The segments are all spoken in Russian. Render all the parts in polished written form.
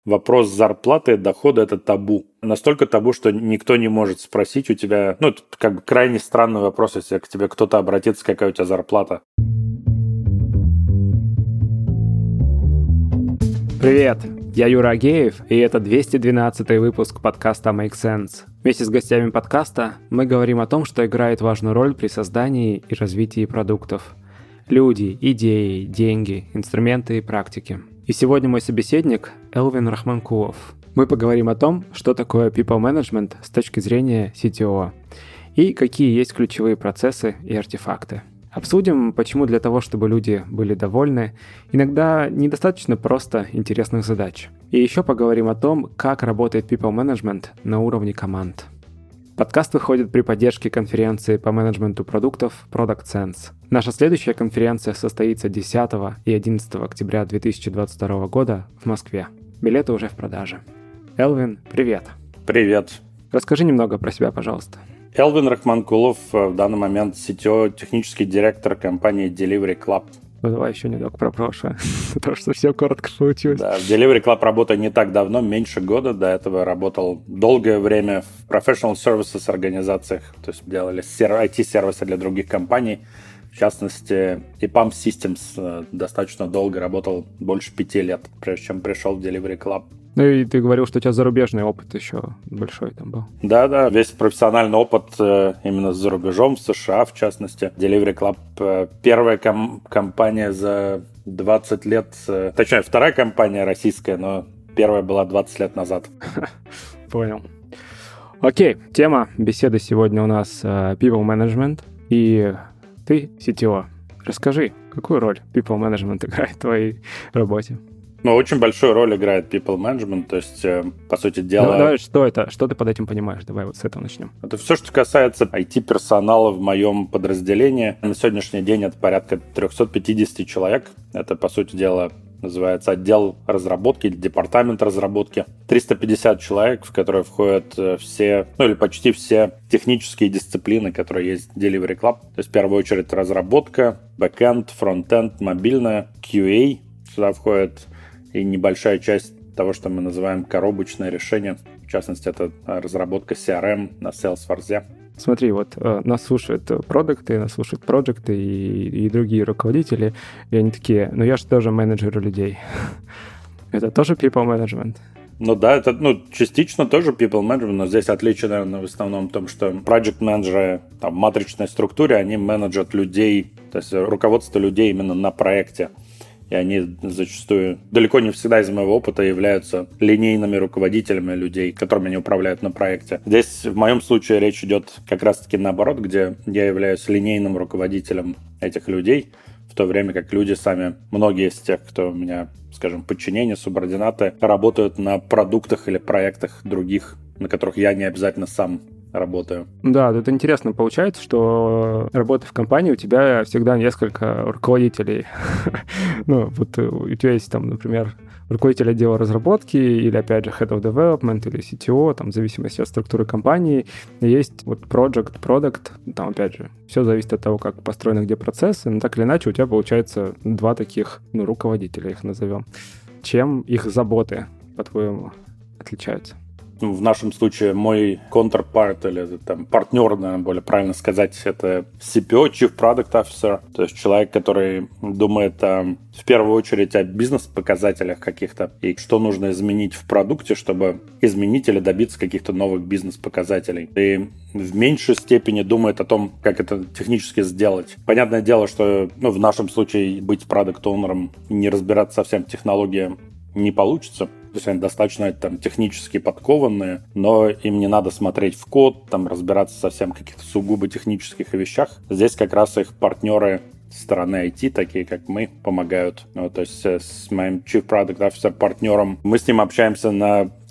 вопрос зарплаты, дохода – это табу. Настолько табу, что никто не может спросить у тебя... Ну, это как бы крайне странный вопрос, если к тебе кто-то обратится, какая у тебя зарплата. Привет, я Юра Агеев, и это 212-й выпуск подкаста Make Sense. Вместе с гостями подкаста мы говорим о том, что играет важную роль при создании и развитии продуктов. Люди, идеи, деньги, инструменты и практики. И сегодня мой собеседник Элвин Рахманкулов. Мы поговорим о том, что такое people management с точки зрения CTO и какие есть ключевые процессы и артефакты. Обсудим, почему для того, чтобы люди были довольны, иногда недостаточно просто интересных задач. И еще поговорим о том, как работает people management на уровне команд. Подкаст выходит при поддержке конференции по менеджменту продуктов Product Sense. Наша следующая конференция состоится 10 и 11 октября 2022 года в Москве. Билеты уже в продаже. Элвин, привет. Привет. Расскажи немного про себя, пожалуйста. Элвин Рахманкулов, в данный момент CTO, технический директор компании Delivery Club. Ну, давай еще немного про прошлое, потому что все коротко получилось. Да, в Delivery Club работаю не так давно, меньше года. До этого работал долгое время в professional services организациях, то есть делали IT-сервисы для других компаний. В частности, EPAM Systems достаточно долго работал, больше 5 лет, прежде чем пришел в Delivery Club. Ну и ты говорил, что у тебя зарубежный опыт еще большой там был. Да, весь профессиональный опыт именно за рубежом, в США в частности. Delivery Club первая компания за 20 лет, точнее, вторая компания российская, но первая была 20 лет назад. Понял. Окей, тема беседы сегодня у нас people management, и ты CTO. Расскажи, какую роль people management играет в твоей работе? Ну, очень большую роль играет people management, то есть, по сути дела... Давай, что это? Что ты под этим понимаешь? Давай вот с этого начнем. Это все, что касается IT-персонала в моем подразделении. На сегодняшний день это порядка 350 человек. Это, по сути дела, называется отдел разработки или департамент разработки. 350 человек, в которые входят все, ну или почти все технические дисциплины, которые есть в Delivery Club. То есть, в первую очередь, разработка, бэкэнд, фронтенд, мобильная, QA. Сюда входит и небольшая часть того, что мы называем коробочное решение. В частности, это разработка CRM на Salesforce. Смотри, вот нас слушают продукты, нас слушают проекты и другие руководители, и они такие, ну я же тоже менеджер людей. Это тоже people management? Ну да, это частично тоже people management, но здесь отличие, наверное, в основном в том, что project менеджеры в матричной структуре, они менеджат людей, то есть руководство людей именно на проекте. И они зачастую, далеко не всегда из моего опыта, являются линейными руководителями людей, которыми они управляют на проекте. Здесь в моем случае речь идет как раз-таки наоборот, где я являюсь линейным руководителем этих людей, в то время как люди сами, многие из тех, кто у меня, скажем, подчинение, субординаты, работают на продуктах или проектах других, на которых я не обязательно сам работаю. Да, это интересно получается, что работая в компании, у тебя всегда несколько руководителей. Ну, вот у тебя есть там, например, руководитель отдела разработки или, опять же, Head of Development или CTO, там, в зависимости от структуры компании. И есть вот Project, Product, там, опять же, все зависит от того, как построены где процессы, но так или иначе у тебя получается два таких, руководителя их назовем. Чем их заботы, по-твоему, отличаются? В нашем случае мой counterpart или там партнер, наверное, более правильно сказать, это CPO, Chief Product Officer, то есть человек, который думает в первую очередь о бизнес-показателях каких-то и что нужно изменить в продукте, чтобы изменить или добиться каких-то новых бизнес-показателей. И в меньшей степени думает о том, как это технически сделать. Понятное дело, что в нашем случае быть продакт-оунером и не разбираться совсем в технологии не получится. То есть они достаточно технически подкованные, но им не надо смотреть в код, разбираться совсем в каких-то сугубо технических вещах. Здесь как раз их партнеры со стороны IT, такие как мы, помогают. То есть с моим Chief Product Officer партнером мы с ним общаемся на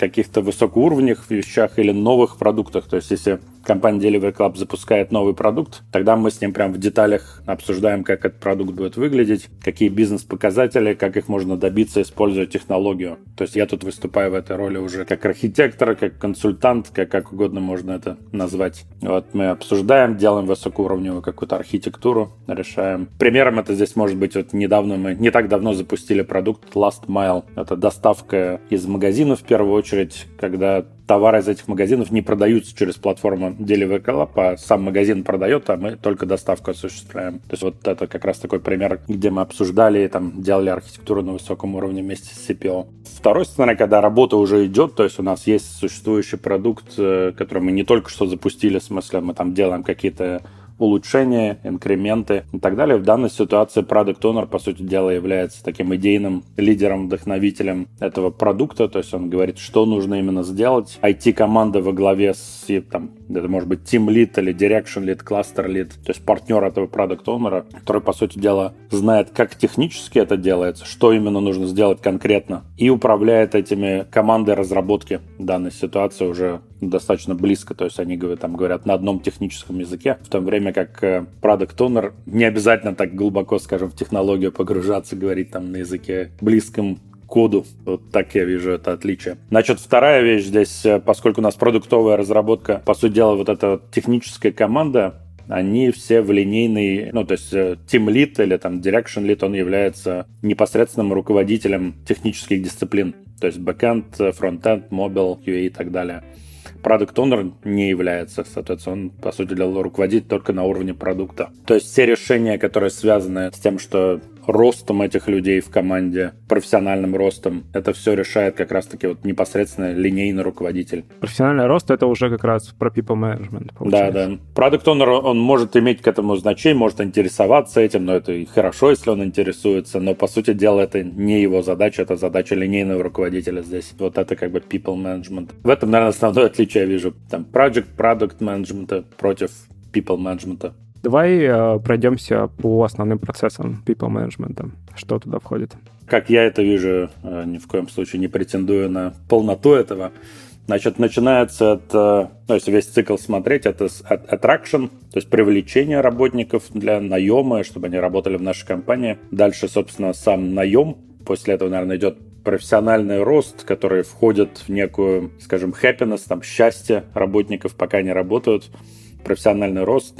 каких-то высокоуровневых вещах или новых продуктах. То есть, если компания Delivery Club запускает новый продукт, тогда мы с ним прям в деталях обсуждаем, как этот продукт будет выглядеть, какие бизнес-показатели, как их можно добиться, используя технологию. То есть я тут выступаю в этой роли уже как архитектор, как консультант, как угодно можно это назвать. Вот мы обсуждаем, делаем высокоуровневую какую-то архитектуру, решаем. Примером это здесь может быть, вот недавно мы, не так давно запустили продукт Last Mile. Это доставка из магазинов в первую очередь, когда товары из этих магазинов не продаются через платформу Delivery Club, а сам магазин продает, а мы только доставку осуществляем. То есть вот это как раз такой пример, где мы обсуждали и там делали архитектуру на высоком уровне вместе с CPO. Второй сценарий, когда работа уже идет, то есть у нас есть существующий продукт, который мы не только что запустили, в смысле мы там делаем какие-то улучшения, инкременты и так далее. В данной ситуации Product Owner, по сути дела, является таким идейным лидером, вдохновителем этого продукта. То есть он говорит, что нужно именно сделать. IT-команда во главе с, там, это может быть Team Lead или Direction Lead, Cluster Lead, то есть партнер этого Product Owner, который, по сути дела, знает, как технически это делается, что именно нужно сделать конкретно, и управляет этими командой разработки данной ситуации уже достаточно близко, то есть они говорят на одном техническом языке, в то время как Product Owner не обязательно так глубоко, скажем, в технологию погружаться, говорить там на языке близком коду. Вот так я вижу это отличие. Значит, вторая вещь здесь, поскольку у нас продуктовая разработка, по сути дела, вот эта вот техническая команда, они все в линейной, то есть Team Lead или там Direction Lead, он является непосредственным руководителем технических дисциплин, то есть backend, frontend, mobile, QA и так далее. Product Owner не является, соответственно, он, по сути дела, руководит только на уровне продукта. То есть все решения, которые связаны с тем, что ростом этих людей в команде, профессиональным ростом, это все решает как раз-таки вот непосредственно линейный руководитель. Профессиональный рост — это уже как раз про people management, получается. Да. Product Owner, он может иметь к этому значение, может интересоваться этим, но это и хорошо, если он интересуется, но, по сути дела, это не его задача, это задача линейного руководителя здесь. Вот это как бы people management. В этом, наверное, основное отличие я вижу. Там product management против people management. Давай пройдемся по основным процессам people management. Что туда входит? Как я это вижу, ни в коем случае не претендую на полноту этого. Значит, начинается если весь цикл смотреть, это attraction, то есть привлечение работников для наема, чтобы они работали в нашей компании. Дальше, собственно, сам наем. После этого, наверное, идет профессиональный рост, который входит в некую, скажем, happiness, там, счастье работников, пока они работают. Профессиональный рост,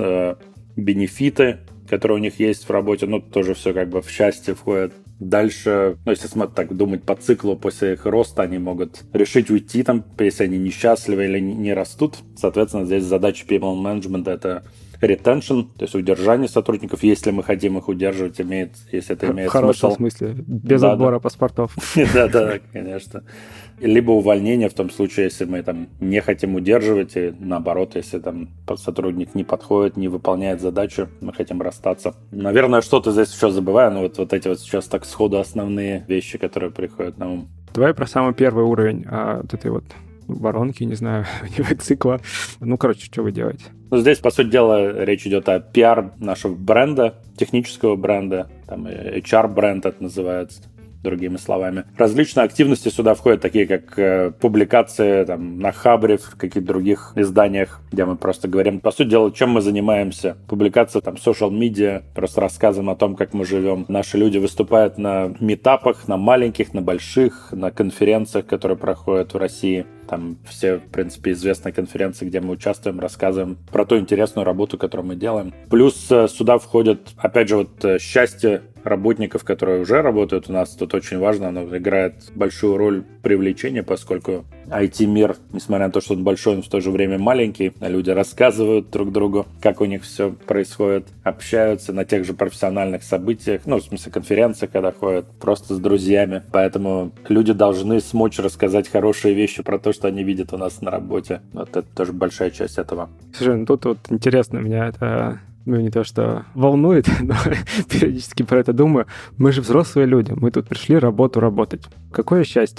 бенефиты, которые у них есть в работе, тоже все как бы в счастье входит. Дальше, если так думать по циклу, после их роста они могут решить уйти, там, если они несчастливы или не растут. Соответственно, здесь задача people management — это retention, то есть удержание сотрудников, если мы хотим их удерживать, если это имеет смысл. В хорошем смысле, без отбора паспортов. Да, конечно. Либо увольнение в том случае, если мы там не хотим удерживать, и наоборот, если там сотрудник не подходит, не выполняет задачу, мы хотим расстаться. Наверное, что-то здесь еще забываю, но вот эти вот сейчас так сходу основные вещи, которые приходят на ум. Давай про самый первый уровень вот этой вот воронки, не знаю, цикла. Что вы делаете? Здесь, по сути дела, речь идет о пиар нашего бренда, технического бренда, там HR-бренд это называется, другими словами. Различные активности сюда входят, такие как публикации там, на Хабре, в каких-то других изданиях, где мы просто говорим, по сути дела, чем мы занимаемся. Публикация там social media, просто рассказываем о том, как мы живем. Наши люди выступают на митапах, на маленьких, на больших, на конференциях, которые проходят в России. Там все, в принципе, известные конференции, где мы участвуем, рассказываем про ту интересную работу, которую мы делаем. Плюс сюда входит, опять же, счастье работников, которые уже работают у нас. Тут очень важно, оно играет большую роль привлечения, поскольку IT-мир, несмотря на то, что он большой, он в то же время маленький. Люди рассказывают друг другу, как у них все происходит, общаются на тех же профессиональных событиях, в смысле конференциях, когда ходят, просто с друзьями. Поэтому люди должны смочь рассказать хорошие вещи про то, что они видят у нас на работе. Вот это тоже большая часть этого. Слушай, тут вот интересно, меня это... не то, что волнует, но периодически про это думаю. Мы же взрослые люди, мы тут пришли работу работать. Какое счастье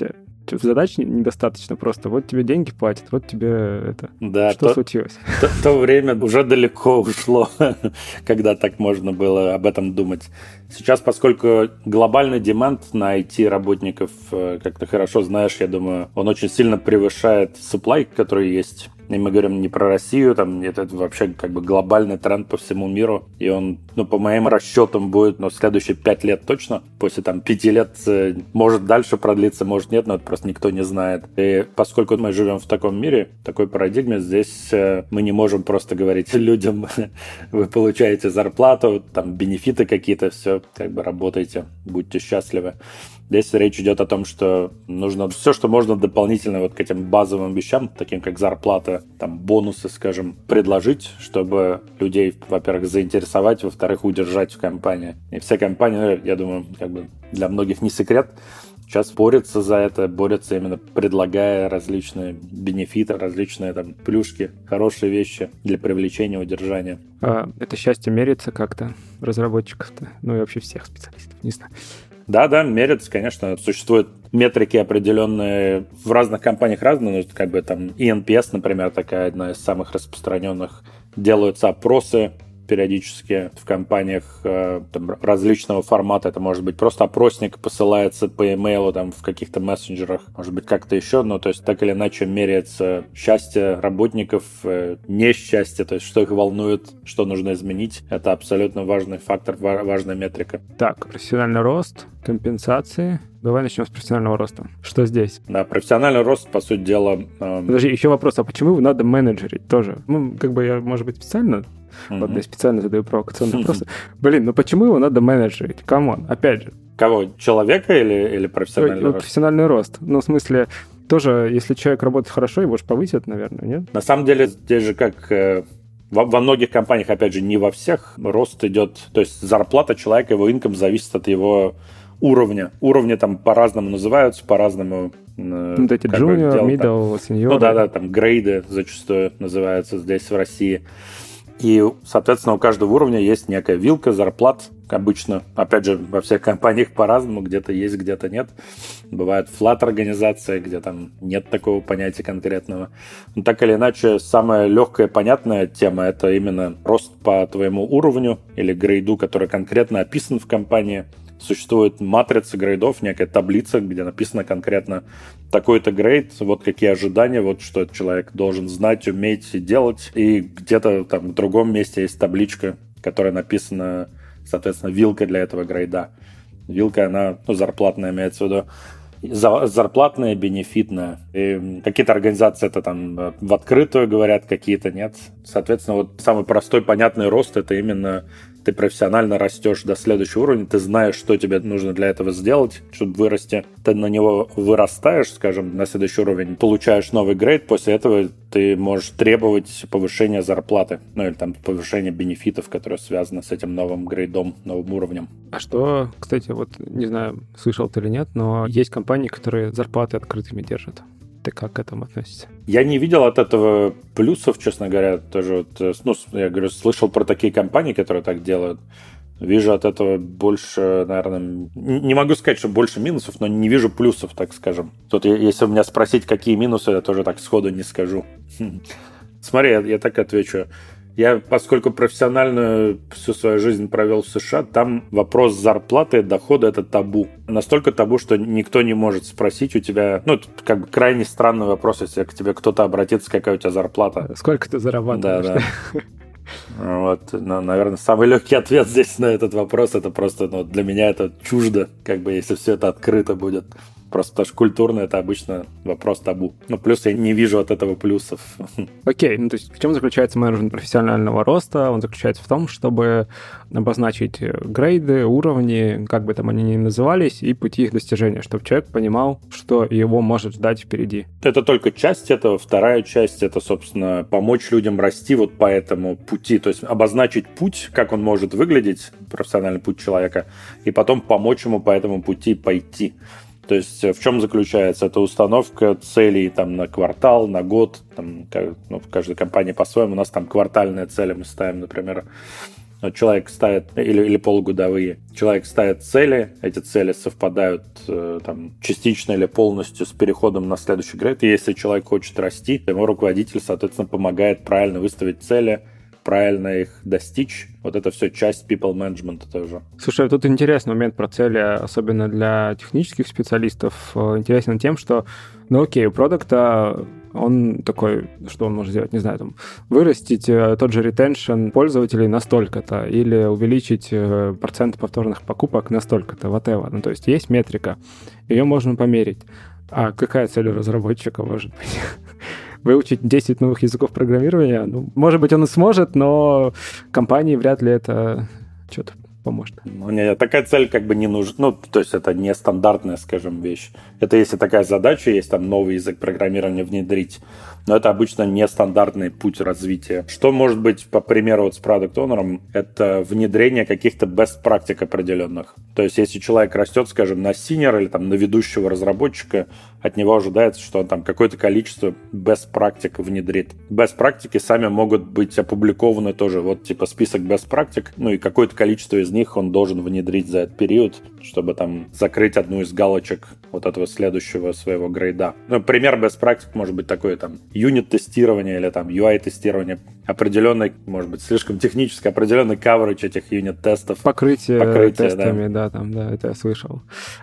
Задач недостаточно просто. Вот тебе деньги платят, вот тебе это. Да, что случилось? То время уже далеко ушло, когда так можно было об этом думать. Сейчас, поскольку глобальный деманд на IT-работников, как ты хорошо знаешь, я думаю, он очень сильно превышает supply, который есть. И мы говорим не про Россию, там это вообще как бы глобальный тренд по всему миру. И он, по моим расчетам, будет, следующие 5 лет точно. После 5 лет может дальше продлиться, может нет, но это просто никто не знает. И поскольку мы живем в таком мире, в такой парадигме, здесь мы не можем просто говорить людям, вы получаете зарплату, бенефиты какие-то, все, работайте, будьте счастливы. Здесь речь идет о том, что нужно все, что можно дополнительно к этим базовым вещам, таким как зарплата, бонусы, скажем, предложить, чтобы людей, во-первых, заинтересовать, во-вторых, удержать в компании. И все компании, я думаю, для многих не секрет, сейчас борются за это, борются именно предлагая различные бенефиты, различные плюшки, хорошие вещи для привлечения, удержания. А это счастье меряется как-то разработчиков-то? И вообще всех специалистов, не знаю. Да, мерятся, конечно. Существуют метрики определенные в разных компаниях разные, и NPS, например, такая одна из самых распространенных. Делаются опросы периодически в компаниях различного формата. Это может быть просто опросник, посылается по e-mail в каких-то мессенджерах, может быть как-то еще, то есть так или иначе меряется счастье работников, несчастье, то есть что их волнует, что нужно изменить. Это абсолютно важный фактор, важная метрика. Так, профессиональный рост, компенсации. Давай начнем с профессионального роста. Что здесь? Да, профессиональный рост, по сути дела... Подожди, еще вопрос, а почему его надо менеджерить тоже? Я, может быть, специально... Вот я специально задаю провокационные вопросы. Почему его надо менеджерить? Камон, опять же. Кого? Человека или профессиональный рост? Профессиональный рост. В смысле, тоже, если человек работает хорошо, его же повысят, наверное, нет? На самом деле, здесь же как... Во многих компаниях, опять же, не во всех, рост идет... То есть зарплата человека, его инком зависит от его уровня. Уровни по-разному называются, по-разному... Вот эти junior, middle, senior. Грейды зачастую называются здесь, в России. И, соответственно, у каждого уровня есть некая вилка зарплат. Обычно, опять же, во всех компаниях по-разному, где-то есть, где-то нет. Бывают флат-организации, где нет такого понятия конкретного. Но так или иначе, самая легкая, понятная тема – это именно рост по твоему уровню или грейду, который конкретно описан в компании. Существует матрица грейдов, некая таблица, где написано конкретно такой-то грейд, вот какие ожидания, вот что этот человек должен знать, уметь и делать. И где-то в другом месте есть табличка, которая написана, соответственно, вилка для этого грейда. Вилка, она зарплатная, имеется в виду. Зарплатная, бенефитная. И какие-то организации это в открытую говорят, какие-то нет. Соответственно, самый простой, понятный рост – это именно ты профессионально растешь до следующего уровня, ты знаешь, что тебе нужно для этого сделать, чтобы вырасти. Ты на него вырастаешь, скажем, на следующий уровень, получаешь новый грейд, после этого ты можешь требовать повышения зарплаты, или повышения бенефитов, которые связаны с этим новым грейдом, новым уровнем. А что, кстати, не знаю, слышал ты или нет, но есть компании, которые зарплаты открытыми держат. Ты как к этому относишься? Я не видел от этого плюсов, честно говоря. Тоже я говорю, слышал про такие компании, которые так делают. Вижу от этого больше, наверное... Не могу сказать, что больше минусов, но не вижу плюсов, так скажем. Тут, если у меня спросить, какие минусы, я тоже так сходу не скажу. Смотри, я так отвечу. Я, поскольку профессионально всю свою жизнь провел в США, там вопрос зарплаты, дохода – это табу. Настолько табу, что никто не может спросить у тебя... это крайне странный вопрос, если к тебе кто-то обратится, какая у тебя зарплата. Сколько ты зарабатываешь? Да. Наверное, самый легкий ответ здесь на этот вопрос – это просто для меня это чуждо, если все это открыто будет. Просто потому что культурно это обычно вопрос табу. Плюс я не вижу от этого плюсов. Окей, то есть в чем заключается менеджмент профессионального роста? Он заключается в том, чтобы обозначить грейды, уровни, как бы там они ни назывались, и пути их достижения, чтобы человек понимал, что его может ждать впереди. Это только часть этого. Вторая часть — это, собственно, помочь людям расти по этому пути. То есть обозначить путь, как он может выглядеть, профессиональный путь человека, и потом помочь ему по этому пути пойти. То есть в чем заключается? Это установка целей на квартал, на год. В каждой компании по-своему. У нас квартальные цели мы ставим, например. Человек ставит, или полугодовые, человек ставит цели, эти цели совпадают там, частично или полностью с переходом на следующий грейд. И если человек хочет расти, его руководитель, соответственно, помогает правильно выставить цели, правильно их достичь. Вот это все часть people management тоже. Слушай, тут интересный момент про цели, особенно для технических специалистов. Интересен тем, что, окей, у продукта он такой, что он может сделать, не знаю, там, вырастить тот же ретеншн пользователей на столько-то или увеличить процент повторных покупок на столько-то, whatever. Ну, то есть есть метрика, ее можно померить. А какая цель у разработчика может быть? Выучить 10 новых языков программирования? Ну, может быть, он и сможет, но компании вряд ли это что-то поможет. Ну, нет, такая цель как бы не нужна. Ну, то есть это не стандартная, скажем, вещь. Это если такая задача есть, там, новый язык программирования внедрить, но это обычно нестандартный путь развития. Что может быть, по примеру, вот с Product Owner, это внедрение каких-то best практик определенных. То есть если человек растет, скажем, на senior или там, на ведущего разработчика, от него ожидается, что он там какое-то количество best практик внедрит. Best практики сами могут быть опубликованы тоже. Вот типа список best практик, ну и какое-то количество из них он должен внедрить за этот период, чтобы там закрыть одну из галочек вот этого следующего своего грейда. Ну, пример best практик может быть такой, там, юнит-тестирование или там UI-тестирование, определенный, может быть, слишком технический, определенный coverage этих юнит-тестов. Покрытие тестами, да, это я слышал.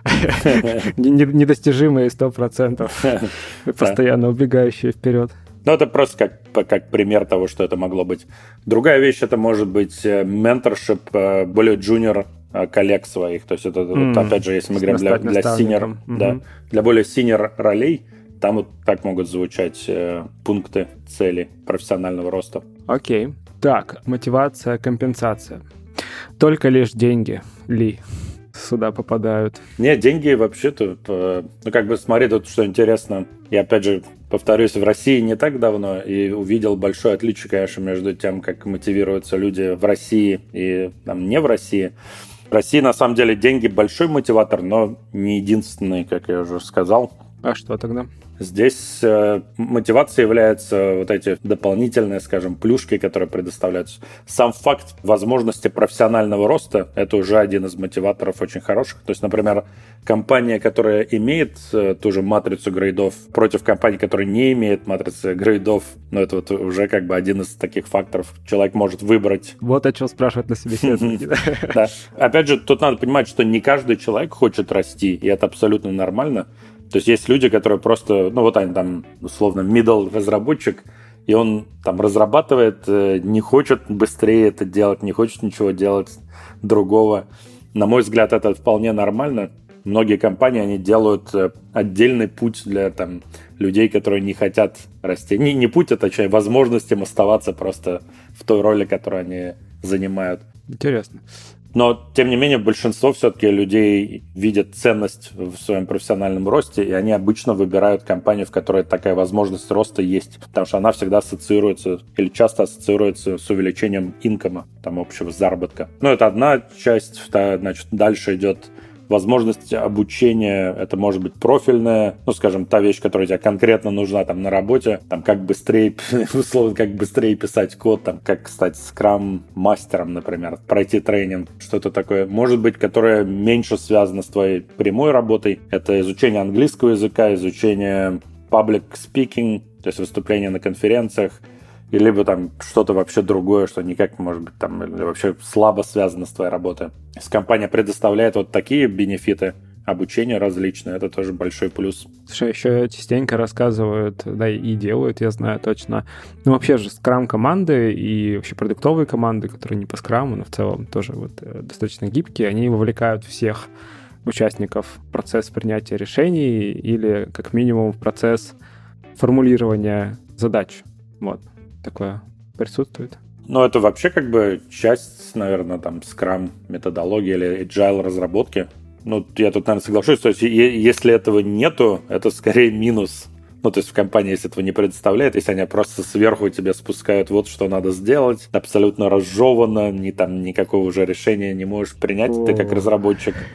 Недостижимые 100%, постоянно убегающие вперед. Ну, это просто как пример того, что это могло быть. Другая вещь, это может быть менторшип более джуниор коллег своих. То есть это, вот, опять же, если мы говорим для senior, да, для более senior ролей, там вот так могут звучать пункты цели профессионального роста. Окей. Так, мотивация, компенсация. Только лишь деньги ли сюда попадают? Нет, деньги вообще-то, ну как бы смотри, тут что интересно. Я опять же повторюсь, в России не так давно и увидел большое отличие, конечно, между тем, как мотивируются люди в России и там, не в России. В России, на самом деле, деньги большой мотиватор, но не единственный, как я уже сказал. А что тогда? Здесь мотивацией являются вот эти дополнительные, скажем, плюшки, которые предоставляются. Сам факт возможности профессионального роста – это уже один из мотиваторов очень хороших. То есть, например, компания, которая имеет ту же матрицу грейдов, против компании, которая не имеет матрицы грейдов, ну, это вот уже как бы один из таких факторов. Человек может выбрать. Вот о чем спрашивать на собеседовании. Да. Опять же, тут надо понимать, что не каждый человек хочет расти, и это абсолютно нормально. То есть есть люди, которые просто, ну вот они там, условно, middle разработчик, и он там разрабатывает, не хочет быстрее это делать, не хочет ничего делать другого. На мой взгляд, это вполне нормально. Многие компании, они делают отдельный путь для там, людей, которые не хотят расти. Не путь, а точнее возможность им оставаться просто в той роли, которую они занимают. Интересно. Но, тем не менее, большинство все-таки людей видят ценность в своем профессиональном росте, и они обычно выбирают компанию, в которой такая возможность роста есть, потому что она всегда ассоциируется или часто ассоциируется с увеличением инкома, там, общего заработка. Ну, это одна часть, вторая, значит, дальше идет возможность обучения, это может быть профильная, ну, скажем, та вещь, которая тебе конкретно нужна там на работе, там, как быстрее, условно, как быстрее писать код, там, как стать скрам-мастером, например, пройти тренинг, что-то такое, может быть, которое меньше связано с твоей прямой работой. Это изучение английского языка, изучение public speaking, то есть выступления на конференциях, и либо там что-то вообще другое, что никак, может быть, там или вообще слабо связано с твоей работой. Если компания предоставляет вот такие бенефиты, обучение различное, это тоже большой плюс. Слушай, еще частенько рассказывают, да и делают, я знаю точно. Ну, вообще же скрам-команды и вообще продуктовые команды, которые не по скраму, но в целом тоже вот достаточно гибкие, они вовлекают всех участников в процесс принятия решений или, как минимум, в процесс формулирования задач. Вот. Такое присутствует. Ну, это вообще как бы часть, наверное, там, Scrum методологии или Agile разработки. Ну, я тут, наверное, соглашусь. То есть, если этого нету, это скорее минус. Ну, то есть в компании, если этого не предоставляет, если они просто сверху тебе спускают вот что надо сделать, абсолютно разжевано, там никакого уже решения не можешь принять ты как разработчик,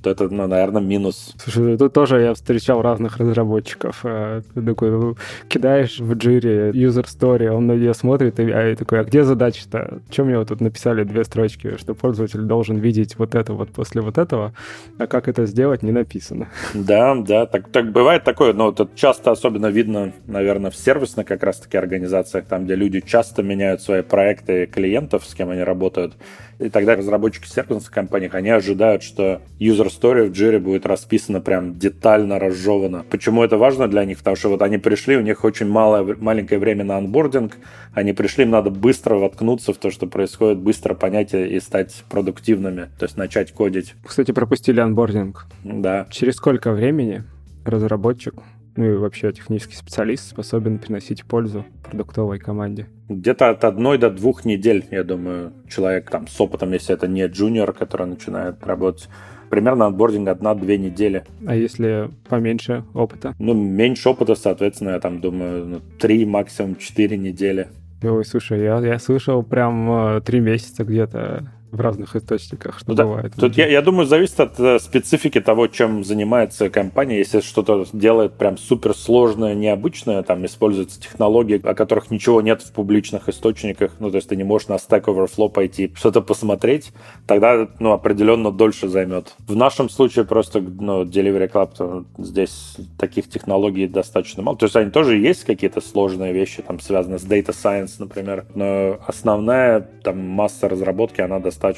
то это, наверное, минус. Слушай, тут тоже я встречал разных разработчиков. Ты такой кидаешь в Jira user story, он на нее смотрит, и такой, а где задача-то? Что мне вот тут написали 2 строчки, что пользователь должен видеть вот это вот после вот этого, а как это сделать, не написано. Да, так бывает такое, но это часто особенно видно, наверное, в сервисных как раз-таки организациях, там, где люди часто меняют свои проекты клиентов, с кем они работают, и тогда разработчики в сервисных компаниях, они ожидают, что user story в Jira будет расписана прям детально, разжевана. Почему это важно для них? Потому что вот они пришли, у них очень маленькое время на онбординг, они пришли, им надо быстро воткнуться в то, что происходит, быстро понять и стать продуктивными, то есть начать кодить. Кстати, пропустили онбординг. Да. Через сколько времени разработчик, ну и вообще технический специалист способен приносить пользу продуктовой команде? Где-то от 1 до 2 недель, я думаю, человек там с опытом, если это не джуниор, который начинает работать, примерно онбординг 1-2 недели. А если поменьше опыта? Ну, меньше опыта, соответственно, я там думаю, 3, максимум 4 недели. Ой, слушай, я слышал прям 3 месяца где-то в разных источниках, что бывает. Тут, я думаю, зависит от специфики того, чем занимается компания. Если что-то делает прям суперсложное, необычное, там используются технологии, о которых ничего нет в публичных источниках, ну, то есть ты не можешь на Stack Overflow пойти что-то посмотреть, тогда, ну, определенно дольше займет. В нашем случае просто, ну, Delivery Club, здесь таких технологий достаточно мало. То есть они тоже есть какие-то сложные вещи, там, связанные с Data Science, например, но основная, там, масса разработки, она достаточно...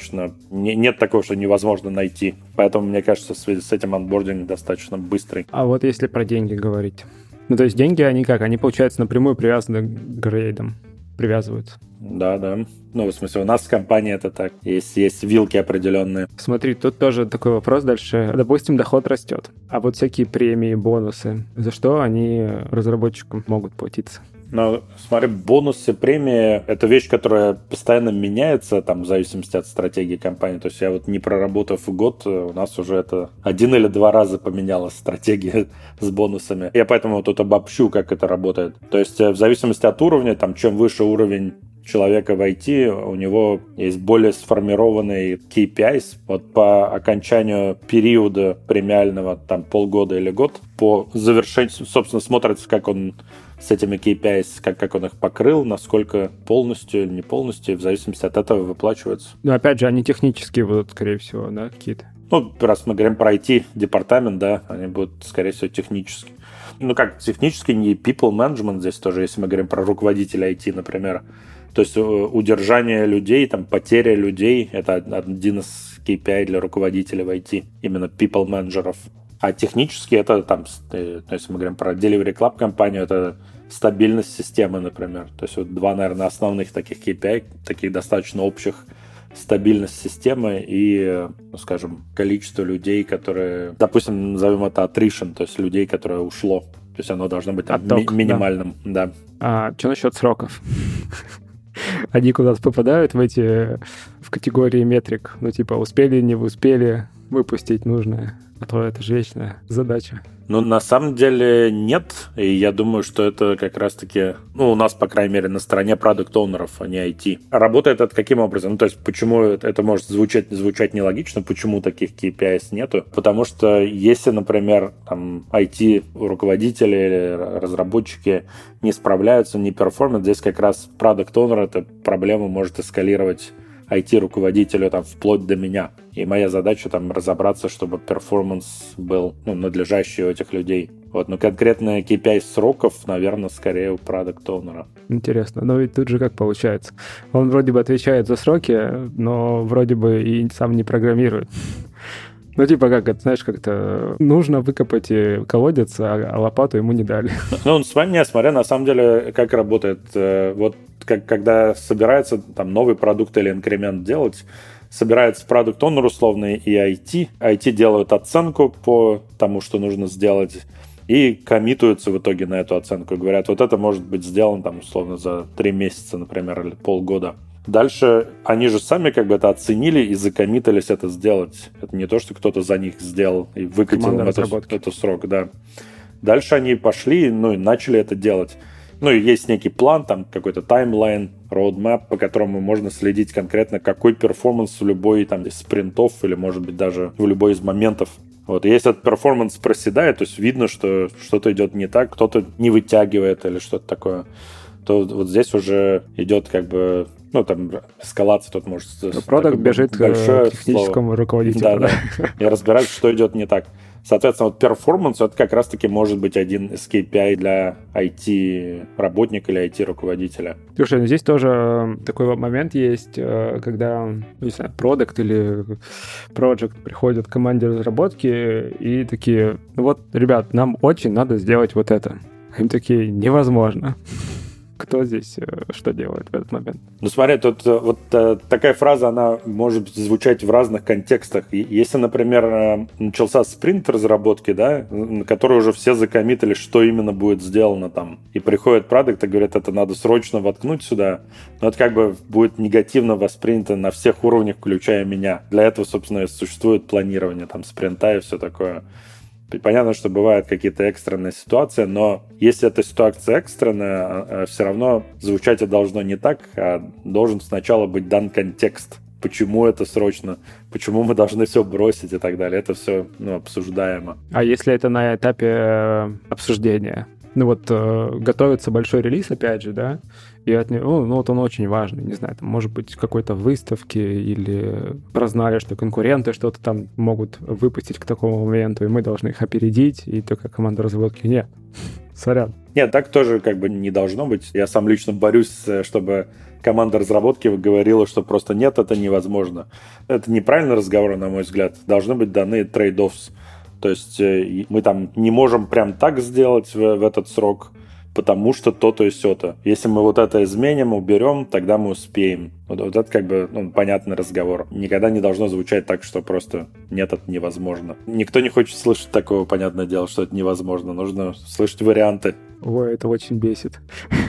Нет такого, что невозможно найти. Поэтому, мне кажется, в связи с этим онбординг достаточно быстрый. А вот если про деньги говорить. Ну, то есть деньги, они как? Они, получается, напрямую привязаны к грейдам. Привязываются. Да. Ну, в смысле, у нас в компании это так. Есть вилки определенные. Смотри, тут тоже такой вопрос дальше. Допустим, доход растет. А вот всякие премии, бонусы, за что они разработчикам могут платиться? Но, смотри, бонусы, премии — это вещь, которая постоянно меняется, там, в зависимости от стратегии компании. То есть я вот не проработав год, у нас уже это 1 или 2 раза поменялась стратегия с бонусами. Я поэтому тут обобщу, как это работает. То есть в зависимости от уровня, там, чем выше уровень человека в IT, у него есть более сформированный KPIs. Вот по окончанию периода премиального, там, полгода или год, по завершению, собственно, смотрится, как он с этими KPIs, как он их покрыл, насколько полностью или не полностью, в зависимости от этого выплачивается. Ну, опять же, они технические будут, скорее всего, да, какие-то? Ну, раз мы говорим про IT-департамент, да, они будут, скорее всего, технические. Ну, как технически, не people management здесь тоже, если мы говорим про руководителя IT, например. То есть удержание людей, там, потеря людей — это один из KPI для руководителя в IT, именно people-менеджеров. А технически это, там, если мы говорим про Delivery Club компанию, это стабильность системы, например. То есть вот 2, наверное, основных таких KPI, таких достаточно общих: стабильность системы и, ну, скажем, количество людей, которые, допустим, назовем это attrition, то есть людей, которые ушло. То есть оно должно быть там минимальным. Да. А что насчет сроков? Они куда-то попадают в категории метрик? Ну, типа, успели, не успели выпустить нужное? А то это же вечная задача. Ну, на самом деле нет. И я думаю, что это как раз-таки, ну, у нас, по крайней мере, на стороне продукт-оунеров, а не IT. Работает это каким образом? Ну, то есть, почему это может звучать нелогично, почему таких KPIs нету? Потому что если, например, там, IT-руководители или разработчики не справляются, не перформят, здесь как раз продукт-оунер эту проблему может эскалировать IT-руководителю там вплоть до меня. И моя задача там разобраться, чтобы перформанс был, ну, надлежащий у этих людей. Вот, но конкретно KPI сроков, наверное, скорее у продакт-оунера. Интересно. Но ведь тут же как получается? Он вроде бы отвечает за сроки, но вроде бы и сам не программирует. Ну, типа, как это, знаешь, как-то нужно выкопать колодец, а лопату ему не дали. Ну, смотря на самом деле, как работает. Вот когда собирается там новый продукт или инкремент делать, собирается продукт-онер условный и IT. IT делают оценку по тому, что нужно сделать, и коммитуются в итоге на эту оценку. И говорят, вот это может быть сделано там условно за 3 месяца, например, или полгода. Дальше они же сами как бы это оценили и закоммитались это сделать. Это не то, что кто-то за них сделал и выкатил это срок, да. Дальше они пошли, ну и начали это делать. Ну, и есть некий план, там какой-то таймлайн, roadmap, по которому можно следить конкретно, какой перформанс в любой там из спринтов или, может быть, даже в любой из моментов. Вот, и если этот перформанс проседает, то есть видно, что что-то идет не так, кто-то не вытягивает или что-то такое, то вот здесь уже идет как бы, ну, там, эскалация тут может... Продакт бежит к техническому руководителю. Да. И разбирается, что идет не так. Соответственно, вот перформанс, это как раз-таки может быть один из KPI для IT-работника или IT-руководителя. Слушай, здесь тоже такой момент есть, когда, не знаю, продакт или project приходят к команде разработки и такие, ну вот, ребят, нам очень надо сделать вот это. Им такие, невозможно. Кто здесь что делает в этот момент? Ну, смотри, тут вот такая фраза, она может звучать в разных контекстах. Если, например, начался спринт разработки, да, на который уже все закоммитили, что именно будет сделано там, и приходит продакт и говорит, это надо срочно воткнуть сюда, но это как бы будет негативно воспринято на всех уровнях, включая меня. Для этого, собственно, существует планирование там спринта и все такое. Понятно, что бывают какие-то экстренные ситуации, но если эта ситуация экстренная, все равно звучать это должно не так, а должен сначала быть дан контекст. Почему это срочно, почему мы должны все бросить и так далее. Это все обсуждаемо. А если это на этапе обсуждения? Ну вот готовится большой релиз, опять же, да, и от него, ну вот он очень важный, не знаю, там, может быть, какой-то выставки или прознали, что конкуренты что-то там могут выпустить к такому моменту, и мы должны их опередить, и только команда разработки нет. Сорян. Нет, так тоже как бы не должно быть. Я сам лично борюсь, чтобы команда разработки говорила, что просто нет, это невозможно. Это неправильный разговор, на мой взгляд. Должны быть даны трейд-оффс. То есть мы там не можем прям так сделать в этот срок, потому что то-то и сё-то. Если мы вот это изменим, уберем, тогда мы успеем. Вот это как бы понятный разговор. Никогда не должно звучать так, что просто нет, это невозможно. Никто не хочет слышать такого, понятное дело, что это невозможно. Нужно слышать варианты. Ой, это очень бесит.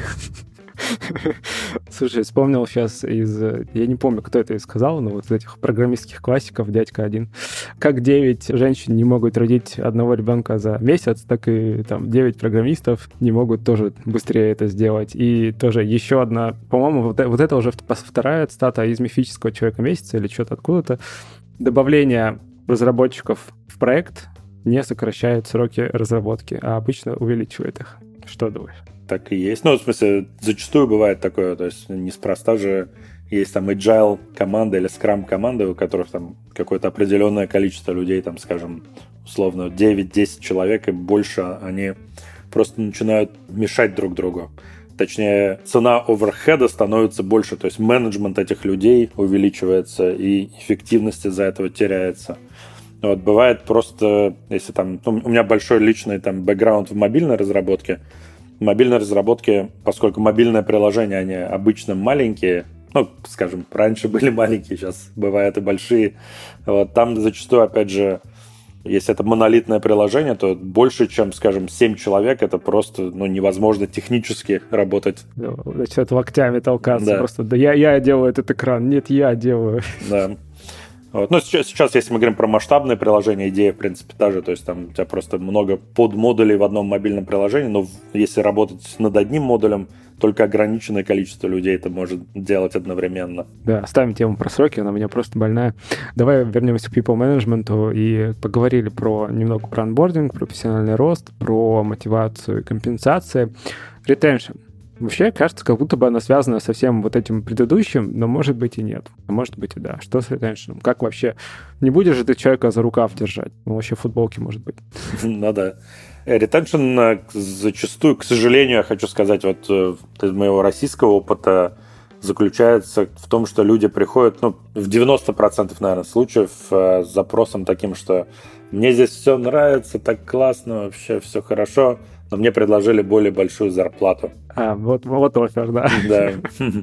Слушай, вспомнил сейчас я не помню, кто это сказал, но вот из этих программистских классиков, дядька один. Как 9 женщин не могут родить одного ребенка за месяц, так и там 9 программистов не могут тоже быстрее это сделать. И тоже еще одна, по-моему, вот это уже вторая цитата из «Мифического человека месяца» или что-то откуда-то. Добавление разработчиков в проект не сокращает сроки разработки, а обычно увеличивает их. Что думаешь? Так и есть. Ну, в смысле, зачастую бывает такое, то есть неспроста же есть там agile команда или scrum команда, у которых там какое-то определенное количество людей, там, скажем, условно 9-10 человек и больше, они просто начинают мешать друг другу. Точнее, цена оверхеда становится больше, то есть менеджмент этих людей увеличивается и эффективность из-за этого теряется. Вот бывает просто, если там, у меня большой личный там бэкграунд в мобильной разработке. В мобильной разработке, поскольку мобильные приложения, они обычно маленькие, ну, скажем, раньше были маленькие, сейчас бывают и большие. Вот, там зачастую, опять же, если это монолитное приложение, то больше, чем, скажем, 7 человек, это просто невозможно технически работать. Начинают локтями толкаться. Да. Просто, да я делаю этот экран, нет, я делаю. Да. Вот. Ну, сейчас, если мы говорим про масштабное приложение, идея, в принципе, та же. То есть там у тебя просто много подмодулей в одном мобильном приложении, но если работать над одним модулем, только ограниченное количество людей это может делать одновременно. Да, оставим тему про сроки, она у меня просто больная. Давай вернемся к people management и поговорили немного про онбординг, про профессиональный рост, про мотивацию и компенсации. Retention. Вообще, кажется, как будто бы она связана со всем вот этим предыдущим, но может быть и нет. А может быть и да. Что с ретеншеном? Как вообще? Не будешь же ты человека за рукав держать? Ну, вообще в футболке может быть. Ну да. Ретеншн зачастую, к сожалению, я хочу сказать, вот из моего российского опыта заключается в том, что люди приходят, в 90%, наверное, случаев с запросом таким, что мне здесь все нравится, так классно, вообще все хорошо, но мне предложили более большую зарплату. Вот оффер, да. Да.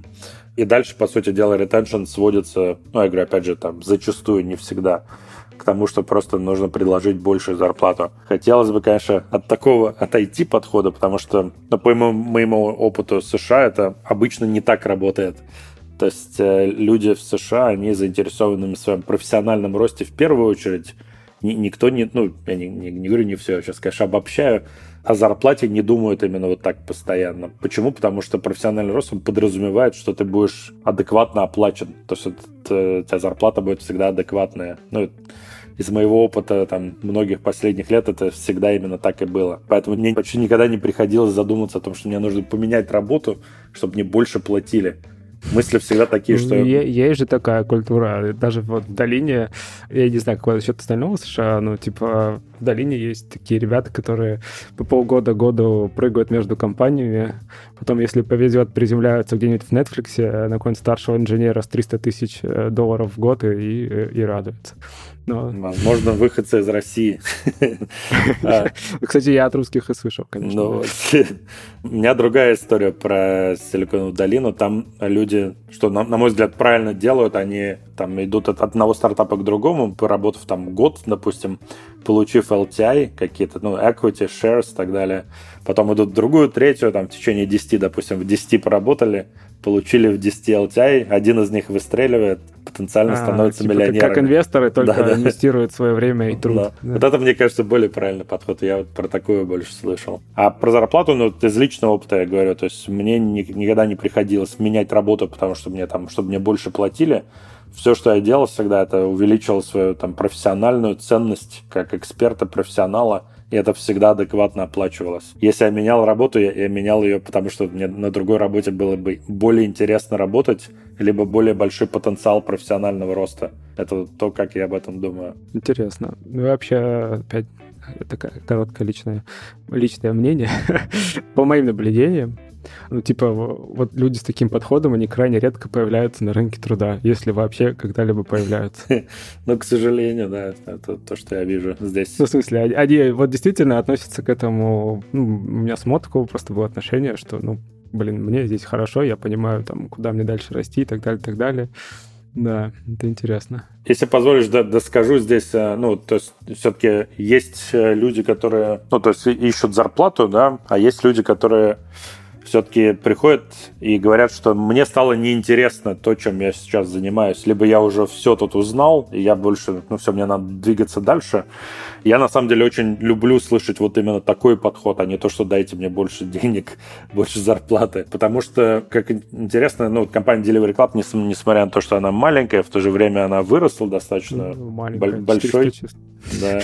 И дальше, по сути дела, ретеншн сводится, я говорю, опять же, там, зачастую, не всегда, к тому, что просто нужно предложить большую зарплату. Хотелось бы, конечно, от IT-подхода, потому что, по моему опыту США, это обычно не так работает. То есть люди в США, они заинтересованы в своем профессиональном росте в первую очередь. Никто не, я не говорю не все, я сейчас, конечно, обобщаю, о зарплате не думают именно вот так постоянно. Почему? Потому что профессиональный рост, он подразумевает, что ты будешь адекватно оплачен. То есть у тебя зарплата будет всегда адекватная. Ну, из моего опыта там многих последних лет это всегда именно так и было. Поэтому мне почти никогда не приходилось задуматься о том, что мне нужно поменять работу, чтобы мне больше платили. Мысли всегда такие, что... Есть же такая культура. Даже вот в долине, я не знаю, какой насчет остального США, но типа в долине есть такие ребята, которые по полгода-году прыгают между компаниями, потом, если повезет, приземляются где-нибудь в Netflix на какого-нибудь старшего инженера с $300 тысяч в год и радуются. Но... Возможно, выходцы из России. Кстати, я от русских и слышал, конечно. У меня другая история про Силиконовую долину. Там люди, что, на мой взгляд, правильно делают, они там идут от одного стартапа к другому, поработав там год, допустим, получив LTI какие-то, equity, shares и так далее. Потом идут в другую, третью, там в течение 10, допустим, в 10 поработали, получили в 10 LTI, один из них выстреливает, потенциально становится типа миллионером. Как инвесторы только инвестируют свое время и труд. Да. Вот это, мне кажется, более правильный подход. Я вот про такое больше слышал. А про зарплату, из личного опыта я говорю, то есть мне никогда не приходилось менять работу, потому что чтобы мне больше платили. Все, что я делал всегда, это увеличивал свою там профессиональную ценность как эксперта, профессионала, и это всегда адекватно оплачивалось. Если я менял работу, я менял ее, потому что мне на другой работе было бы более интересно работать, либо более большой потенциал профессионального роста. Это то, как я об этом думаю. Интересно. Ну и вообще, опять, такое короткое личное мнение. По моим наблюдениям, вот люди с таким подходом, они крайне редко появляются на рынке труда, если вообще когда-либо появляются. К сожалению, да, это то, что я вижу здесь. В смысле, они вот действительно относятся к этому, у меня с такого просто было отношение, что, мне здесь хорошо, я понимаю, там, куда мне дальше расти и так далее, и так далее. Да, это интересно. Если позволишь, доскажу здесь, то есть все-таки есть люди, которые, ищут зарплату, да, а есть люди, которые все-таки приходят и говорят, что мне стало неинтересно то, чем я сейчас занимаюсь. Либо я уже все тут узнал, и я больше, мне надо двигаться дальше. Я, на самом деле, очень люблю слышать вот именно такой подход, а не то, что дайте мне больше денег, больше зарплаты. Потому что, как интересно, компания Delivery Club, несмотря на то, что она маленькая, в то же время она выросла достаточно большой. Да.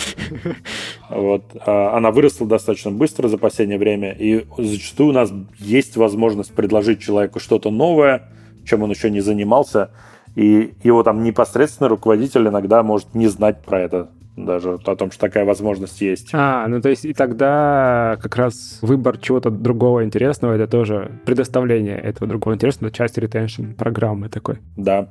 Вот. Она выросла достаточно быстро за последнее время, и зачастую у нас есть возможность предложить человеку что-то новое, чем он еще не занимался, и его там непосредственно руководитель иногда может не знать про это, даже о том, что такая возможность есть. То есть и тогда как раз выбор чего-то другого интересного, это тоже предоставление этого другого интересного, это часть ретеншн программы такой. Да.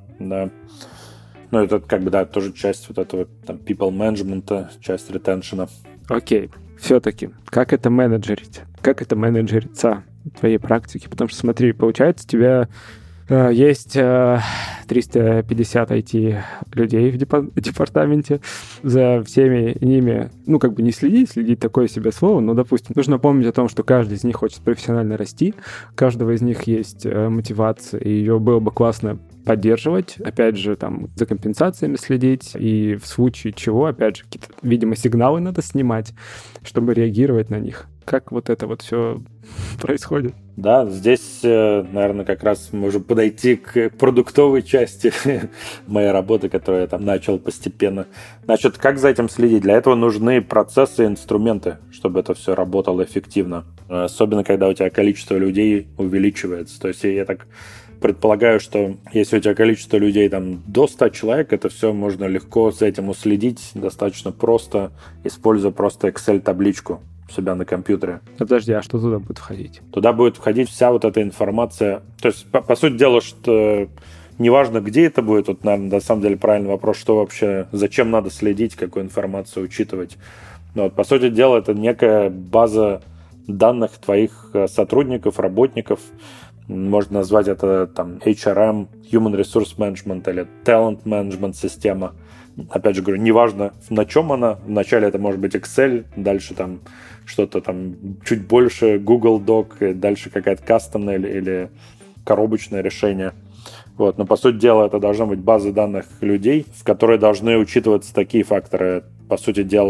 Это тоже часть вот этого там people management, часть ретеншена. Окей. Все-таки, как это менеджерить? Как это менеджериться в твоей практике? Потому что, смотри, получается, у тебя есть 350 IT-людей в департаменте. За всеми ними, не следить такое себе слово, но, допустим, нужно помнить о том, что каждый из них хочет профессионально расти, у каждого из них есть мотивация, и ее было бы классно поддерживать, опять же, там, за компенсациями следить, и в случае чего, опять же, какие-то, видимо, сигналы надо снимать, чтобы реагировать на них. Как вот это вот все происходит? Да, здесь, наверное, как раз можем подойти к продуктовой части моей работы, которую я там начал постепенно. Значит, как за этим следить? Для этого нужны процессы и инструменты, чтобы это все работало эффективно. Особенно, когда у тебя количество людей увеличивается. То есть я так предполагаю, что если у тебя количество людей там до 100 человек, это все можно легко за этим уследить, достаточно просто, используя просто Excel-табличку у себя на компьютере. Подожди, а что туда будет входить? Туда будет входить вся вот эта информация. То есть, по сути дела, что неважно, где это будет, вот, наверное, на самом деле правильный вопрос, что вообще, зачем надо следить, какую информацию учитывать. По сути дела, это некая база данных твоих сотрудников, работников. Можно назвать это там HRM, Human Resource Management или Talent Management система. Опять же говорю, неважно, на чем она. Вначале это может быть Excel, дальше там что-то там чуть больше Google Doc, и дальше какая-то кастомная или коробочное решение. Но по сути дела это должна быть база данных людей, в которой должны учитываться такие факторы. По сути дела,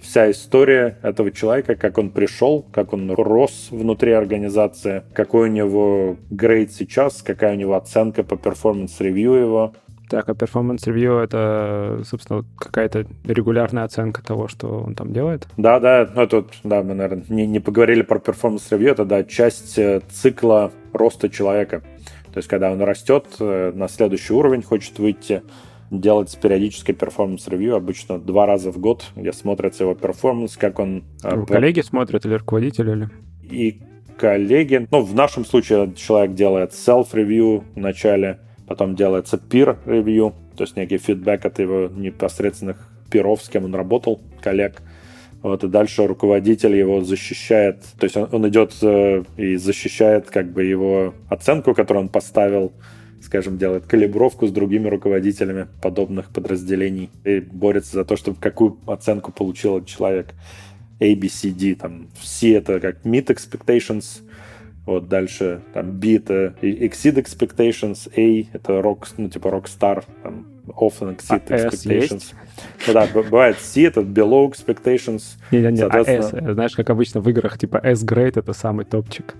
вся история этого человека, как он пришел, как он рос внутри организации, какой у него грейд сейчас, какая у него оценка по перформанс-ревью его. Так, а перформанс-ревью — это, собственно, какая-то регулярная оценка того, что он там делает? Да, мы, наверное, не поговорили про перформанс-ревью, это, часть цикла роста человека. То есть, когда он растет, на следующий уровень хочет выйти, делать периодическое перформанс-ревью, обычно 2 раза в год, где смотрится его перформанс, как он... Коллеги смотрят или руководители? Или... И коллеги. В нашем случае человек делает self-review в начале, потом делается peer-review, то есть некий фидбэк от его непосредственных пиров, с кем он работал, коллег. И дальше руководитель его защищает, то есть он идет и защищает его оценку, которую он поставил, скажем, делает калибровку с другими руководителями подобных подразделений и борется за то, чтобы какую оценку получил этот человек. A, B, C, D. C — это как meet expectations, дальше B — это exceed expectations, A — это rockstar, often exceed expectations. Да, бывает C — это below expectations. S, знаешь, как обычно в играх, S-grade — это самый топчик.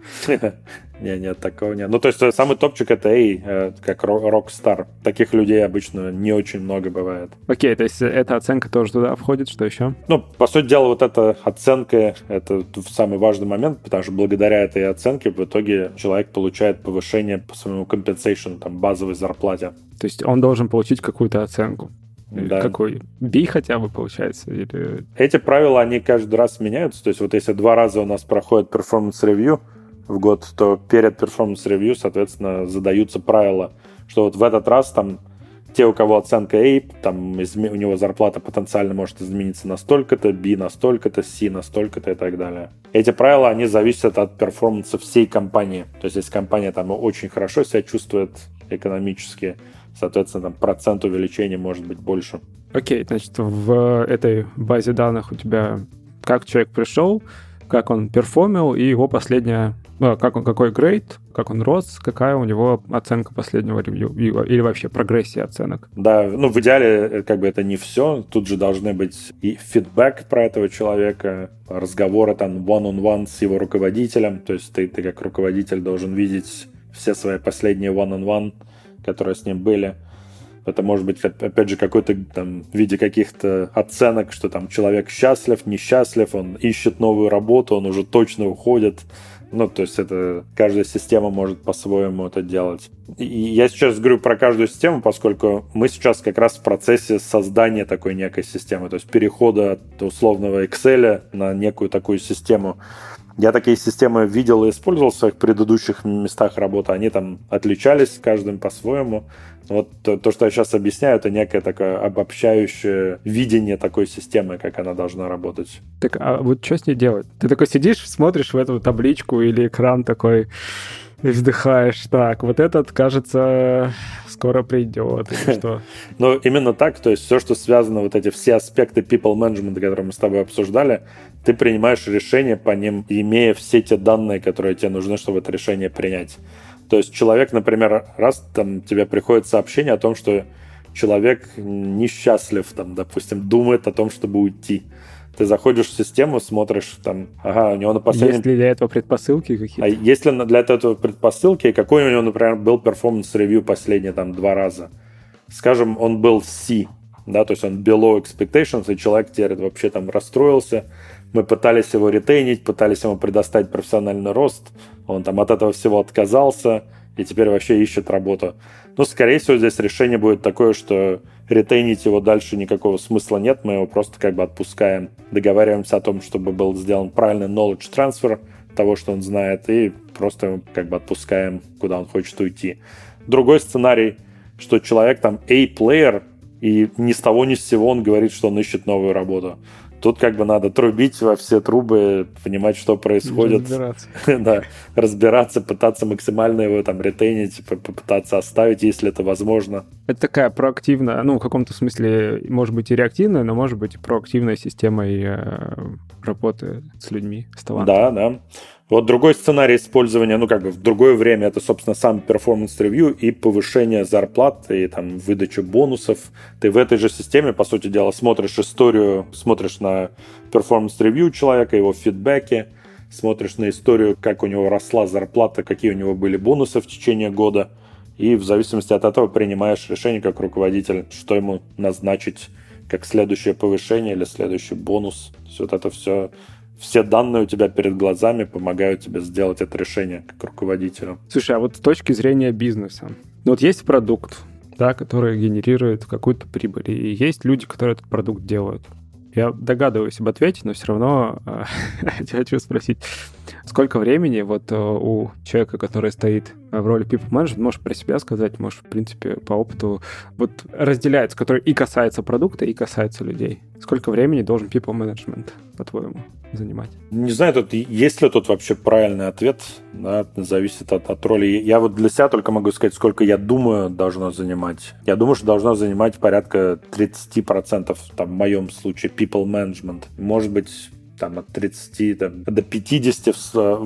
Нет, такого нет. То есть самый топчик — это A, как rockstar. Таких людей обычно не очень много бывает. Окей, то есть эта оценка тоже туда входит, что еще? По сути дела, эта оценка — это самый важный момент, потому что благодаря этой оценке в итоге человек получает повышение по своему compensation, базовой зарплате. То есть он должен получить какую-то оценку. Да. Какой? B хотя бы, получается? Или... Эти правила, они каждый раз меняются. То есть если 2 раза у нас проходит перформанс-ревью в год, то перед перформанс-ревью, соответственно, задаются правила, что в этот раз те, у кого оценка A, у него зарплата потенциально может измениться на столько-то, B на столько-то, C на столько-то и так далее. Эти правила, они зависят от перформанса всей компании. То есть если компания очень хорошо себя чувствует экономически, соответственно, процент увеличения может быть больше. Окей, значит, в этой базе данных у тебя как человек пришел, как он перформил, и его последняя... какой грейд, как он рос, какая у него оценка последнего ревью, или вообще прогрессия оценок. Да, в идеале это не все. Тут же должны быть и фидбэк про этого человека, разговоры one-on-one с его руководителем. То есть ты как руководитель должен видеть все свои последние one-on-one, которые с ним были. Это может быть, опять же, какой-то в виде каких-то оценок, что человек счастлив, несчастлив, он ищет новую работу, он уже точно уходит. То есть это каждая система может по-своему это делать. И я сейчас говорю про каждую систему, поскольку мы сейчас как раз в процессе создания такой некой системы, то есть перехода от условного Excel на некую такую систему. Я такие системы видел и использовал в своих предыдущих местах работы. Они отличались каждым по-своему. То, что я сейчас объясняю, это некое такое обобщающее видение такой системы, как она должна работать. Так, а что с ней делать? Ты такой сидишь, смотришь в эту табличку или экран такой и вздыхаешь. Так, этот, кажется, скоро придет или что? Именно так. То есть все, что связано, эти все аспекты people management, которые мы с тобой обсуждали, ты принимаешь решение по ним, имея все те данные, которые тебе нужны, чтобы это решение принять. То есть человек, например, раз тебе приходит сообщение о том, что человек несчастлив, допустим, думает о том, чтобы уйти. Ты заходишь в систему, смотришь, у него на последнем... Есть ли для этого предпосылки какие-то? А есть ли для этого предпосылки, какой у него, например, был перформанс-ревью последние 2 раза? Скажем, он был C, то есть он below expectations, и человек теперь вообще расстроился. Мы пытались его ретейнить, пытались ему предоставить профессиональный рост. Он от этого всего отказался и теперь вообще ищет работу. Скорее всего, здесь решение будет такое, что ретейнить его дальше никакого смысла нет. Мы его просто отпускаем, договариваемся о том, чтобы был сделан правильный knowledge transfer того, что он знает, и просто отпускаем, куда он хочет уйти. Другой сценарий, что человек A-player, и ни с того ни с сего он говорит, что он ищет новую работу. Тут надо трубить во все трубы, понимать, что происходит. Разбираться. Да, разбираться, пытаться максимально его ретейнить, попытаться оставить, если это возможно. Это такая проактивная, в каком-то смысле, может быть, и реактивная, но может быть и проактивная система работы с людьми, с талантом. Да. Вот другой сценарий использования, в другое время, это, собственно, сам перформанс-ревью и повышение зарплат, и там выдача бонусов. Ты в этой же системе, по сути дела, смотришь историю, смотришь на перформанс-ревью человека, его фидбэки, смотришь на историю, как у него росла зарплата, какие у него были бонусы в течение года, и в зависимости от этого принимаешь решение как руководитель, что ему назначить как следующее повышение или следующий бонус. То есть вот это все данные у тебя перед глазами помогают тебе сделать это решение как руководителю. Слушай, а вот с точки зрения бизнеса, вот есть продукт, да, который генерирует какую-то прибыль, и есть люди, которые этот продукт делают. Я догадываюсь об ответе, но все равно хочу спросить, сколько времени вот у человека, который стоит в роли people manager, можешь про себя сказать, можешь, в принципе, по опыту, вот разделяется, который и касается продукта, и касается людей. Сколько времени должен people management, по-твоему, занимать? Не знаю, есть ли тут вообще правильный ответ, да, зависит от роли. Я вот для себя только могу сказать, сколько я думаю должно занимать. Я думаю, что должно занимать порядка 30%, там, в моем случае, people management. Может быть, там, от 30 до 50,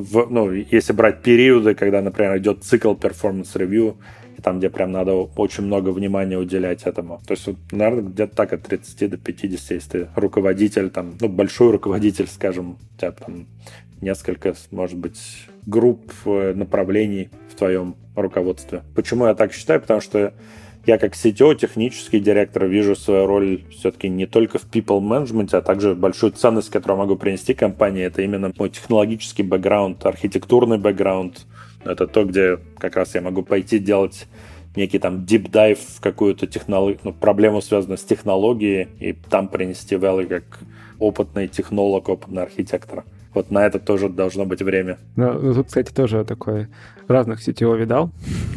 если брать периоды, когда, например, идет цикл performance-review, и там, где прям надо очень много внимания уделять этому. То есть, вот, наверное, где-то так от 30 до 50, если ты руководитель, там, большой руководитель, скажем, у тебя там несколько, может быть, групп, направлений в твоем руководстве. Почему я так считаю? Потому что я как CTO, технический директор, вижу свою роль все-таки не только в people management, а также большую ценность, которую могу принести компании. Это именно мой технологический бэкграунд, архитектурный бэкграунд. Это то, где как раз я могу пойти делать некий там deep dive в какую-то проблему, связанную с технологией, и там принести value как опытный технолог, опытный архитектор. Вот на это тоже должно быть время. Ну, тут, кстати, тоже такой разных CTO видал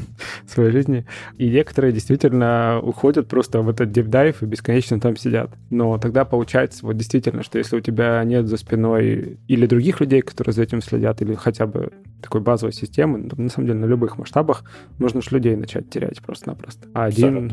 в своей жизни. И некоторые действительно уходят просто в этот deep dive и бесконечно там сидят. Но тогда получается вот действительно, что если у тебя нет за спиной или других людей, которые за этим следят, или хотя бы такой базовой системы, на самом деле на любых масштабах можно уж людей начать терять просто-напросто. А один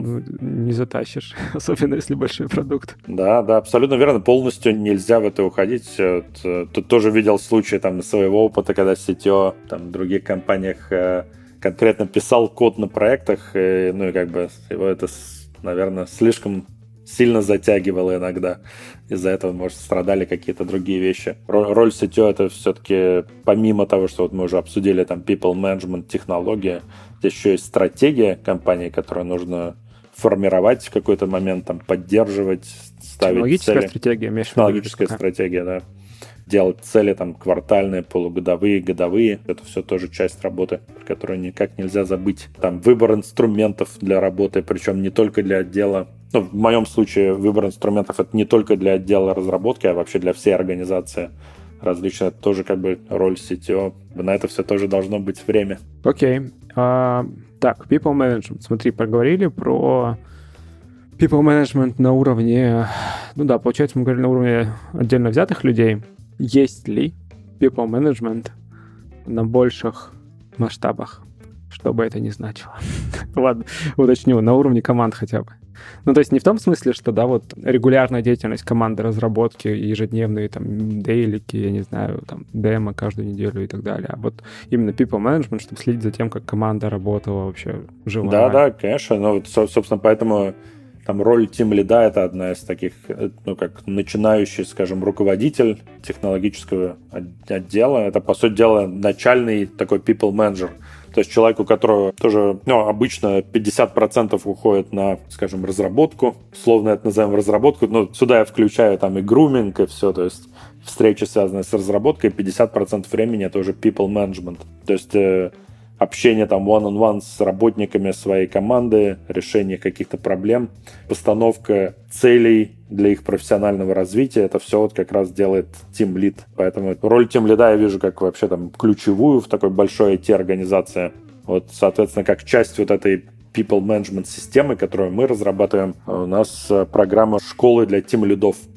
не затащишь, особенно если большой продукт. Да, абсолютно верно. Полностью нельзя в это уходить. Тут тоже видел случаи там из своего опыта, когда CTO там, в других компаниях конкретно писал код на проектах, и его это, наверное, слишком сильно затягивало иногда. Из-за этого, может, страдали какие-то другие вещи. Роль CTO — это все-таки, помимо того, что вот мы уже обсудили, там, people management, технология, здесь еще есть стратегия компании, которую нужно формировать в какой-то момент, там, поддерживать, ставить цели. Технологическая стратегия, да. Делать цели там квартальные, полугодовые, годовые. Это все тоже часть работы, про которую никак нельзя забыть. Там выбор инструментов для работы, причем не только для отдела. В моем случае выбор инструментов — это не только для отдела разработки, а вообще для всей организации различная. Это тоже как бы роль CTO. На это все тоже должно быть время. Окей. Так, people management. Смотри, поговорили про people management на уровне... получается, мы говорили на уровне отдельно взятых людей. Есть ли people management на больших масштабах, что бы это ни значило? Ладно, уточню, на уровне команд хотя бы. То есть не в том смысле, что, регулярная деятельность команды разработки, ежедневные, дейлики, я не знаю, демо каждую неделю и так далее, а вот именно people management, чтобы следить за тем, как команда работала вообще, жила. Да, конечно, собственно, поэтому... Там роль тимлида — это одна из таких, как начинающий, скажем, руководитель технологического отдела. Это, по сути дела, начальный такой people manager. То есть человек, у которого тоже, обычно 50% уходит на, скажем, разработку. Условно это называем разработку. Сюда я включаю там и груминг, и все. То есть встречи, связанные с разработкой, 50% времени — это уже people management. То есть общение там one-on-one с работниками своей команды, решение каких-то проблем, постановка целей для их профессионального развития. Это все вот как раз делает тимлид. Поэтому роль тимлида я вижу как вообще там ключевую в такой большой IT-организации. Вот, соответственно, как часть вот этой people management системы, которую мы разрабатываем, у нас программа школы для тимлидов.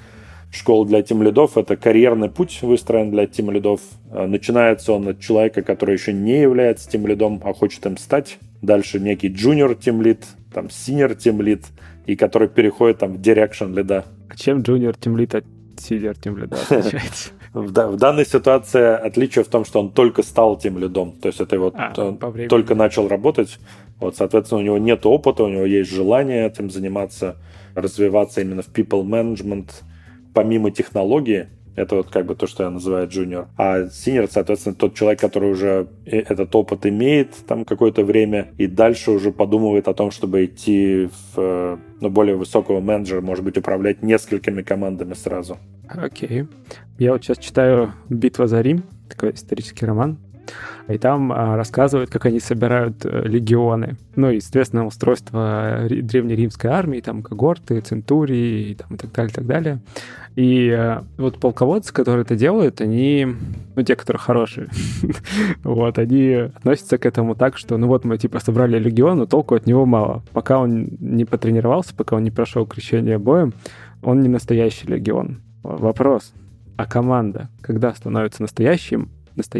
школа для тимлидов — это карьерный путь, выстроен для тимлидов. Начинается он от человека, который еще не является тимлидом, а хочет им стать. Дальше некий junior тимлид, там senior тимлид, и который переходит там в direction лида. А чем junior тимлид от senior тимлида отличается? В данной ситуации отличие в том, что он только стал тимлидом. То есть это вот он только начал работать. Вот, соответственно, у него нет опыта, у него есть желание этим заниматься, развиваться именно в people management, помимо технологии. Это вот как бы то, что я называю junior. А senior, соответственно, тот человек, который уже этот опыт имеет там какое-то время и дальше уже подумывает о том, чтобы идти в более высокого менеджера, может быть, управлять несколькими командами сразу. Окей. Я вот сейчас читаю «Битва за Рим», такой исторический роман, и там рассказывают, как они собирают легионы. Ну, естественно, устройство древнеримской армии, там когорты, центурии там, и так далее, и так далее. И вот полководцы, которые это делают, они, ну, те, которые хорошие, вот, они относятся к этому так, что, ну вот мы типа собрали легион, но толку от него мало. Пока он не потренировался, пока он не прошел крещение боем, он не настоящий легион. Вопрос, а команда когда становится настоящей?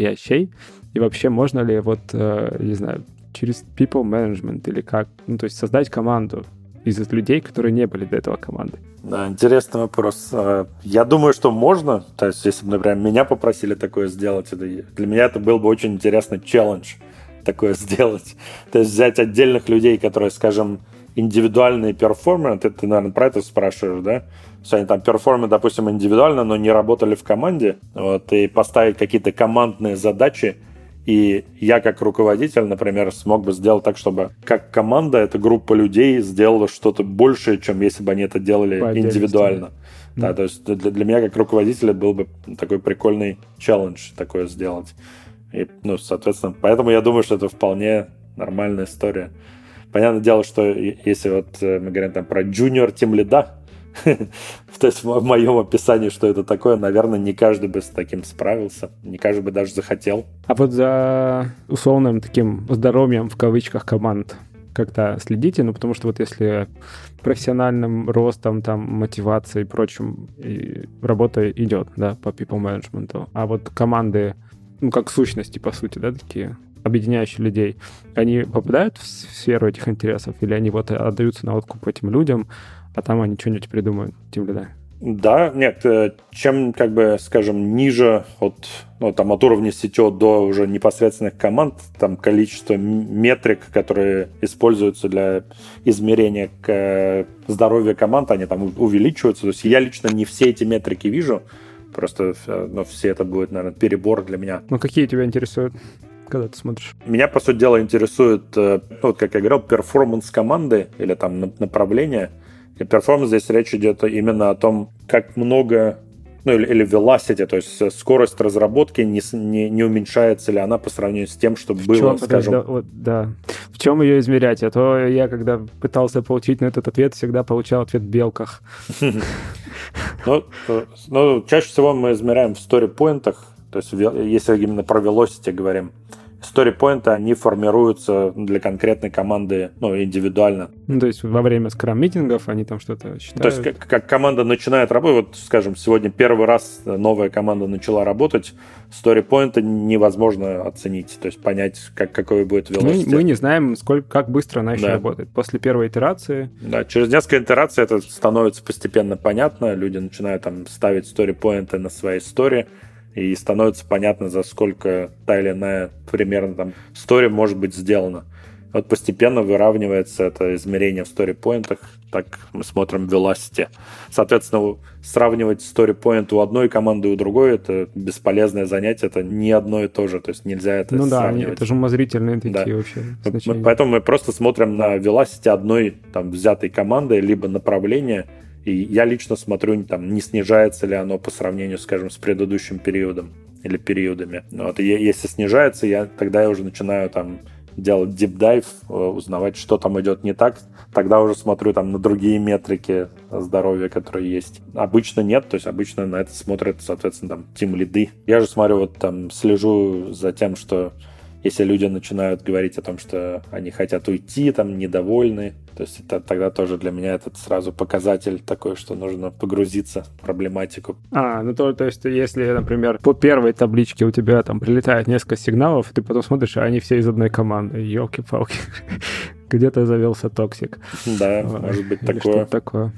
И вообще можно ли вот, не знаю, через people management или как, ну, то есть создать команду из людей, которые не были до этого командой? Да, интересный вопрос. Я думаю, что можно. То есть, если бы, например, меня попросили такое сделать, для меня это был бы очень интересный челлендж такое сделать. То есть взять отдельных людей, которые, скажем, индивидуальные перформеры, ты, наверное, про это спрашиваешь, да? Что они там перформят, допустим, индивидуально, но не работали в команде, вот, и поставить какие-то командные задачи. И я, как руководитель, например, смог бы сделать так, чтобы как команда, эта группа людей сделала что-то большее, чем если бы они это делали индивидуально. Да, то есть для меня, как руководителя, был бы такой прикольный челлендж такое сделать. И, ну, соответственно, поэтому я думаю, что это вполне нормальная история. Понятное дело, что если вот мы говорим там про junior тимлида, то есть в моем описании, что это такое, наверное, не каждый бы с таким справился, не каждый бы даже захотел. А вот за условным таким здоровьем в кавычках команд как-то следите? Ну, потому что вот если профессиональным ростом, там, мотивацией и прочим, и работа идет, да, по people management, а вот команды, ну, как сущности, по сути, да, такие объединяющие людей, они попадают в сферу этих интересов или они вот отдаются на откуп этим людям, а там они что-нибудь придумают, тимлида? Да, нет, чем, как бы, скажем, ниже от уровня CTO до уже непосредственных команд, там количество метрик, которые используются для измерения здоровья команд, они там увеличиваются. То есть я лично не все эти метрики вижу, просто все это будет, наверное, перебор для меня. Ну, какие тебя интересуют, когда ты смотришь? Меня, по сути дела, интересует, как я говорил, перформанс команды или там направление. И перформанс здесь речь идет именно о том, как много, или velocity, то есть скорость разработки не уменьшается ли она по сравнению с тем, что было, скажем... Да. В чем ее измерять? А то я, когда пытался получить на этот ответ, всегда получал ответ в белках. Чаще всего мы измеряем в story-поинтах, то есть если именно про velocity говорим. Story-поинты, они формируются для конкретной команды, индивидуально. Ну, то есть во время скрам-митингов они там что-то считают? То есть как команда начинает работать, вот, скажем, сегодня первый раз новая команда начала работать, story-поинты невозможно оценить, то есть понять, какой будет velocity. Мы не знаем, как быстро она еще работает. После первой итерации... Да, через несколько итераций это становится постепенно понятно, люди начинают там ставить story-поинты на своей истории, и становится понятно, за сколько та или иная примерно там story может быть сделана. Вот постепенно выравнивается это измерение в story-поинтах, так мы смотрим velocity. Соответственно, сравнивать story-point у одной команды и у другой — это бесполезное занятие, это не одно и то же, то есть нельзя это сравнивать. Ну да, это же умозрительные такие вообще значения. Поэтому мы просто смотрим на velocity одной там взятой команды, либо направления. И я лично смотрю, там, не снижается ли оно по сравнению, скажем, с предыдущим периодом или периодами. Вот, и если снижается, тогда я уже начинаю там делать deep dive, узнавать, что там идет не так. Тогда уже смотрю там на другие метрики здоровья, которые есть. Обычно нет, то есть обычно на это смотрят, соответственно, там тимлиды. Я же смотрю, вот там слежу за тем, что Если люди начинают говорить о том, что они хотят уйти, там, недовольны, то есть это тогда тоже для меня это сразу показатель такой, что нужно погрузиться в проблематику. То есть если, например, по первой табличке у тебя там прилетает несколько сигналов, ты потом смотришь, а они все из одной команды. Ёлки-палки. Где-то завелся токсик. Да, может быть такое. Что-то такое.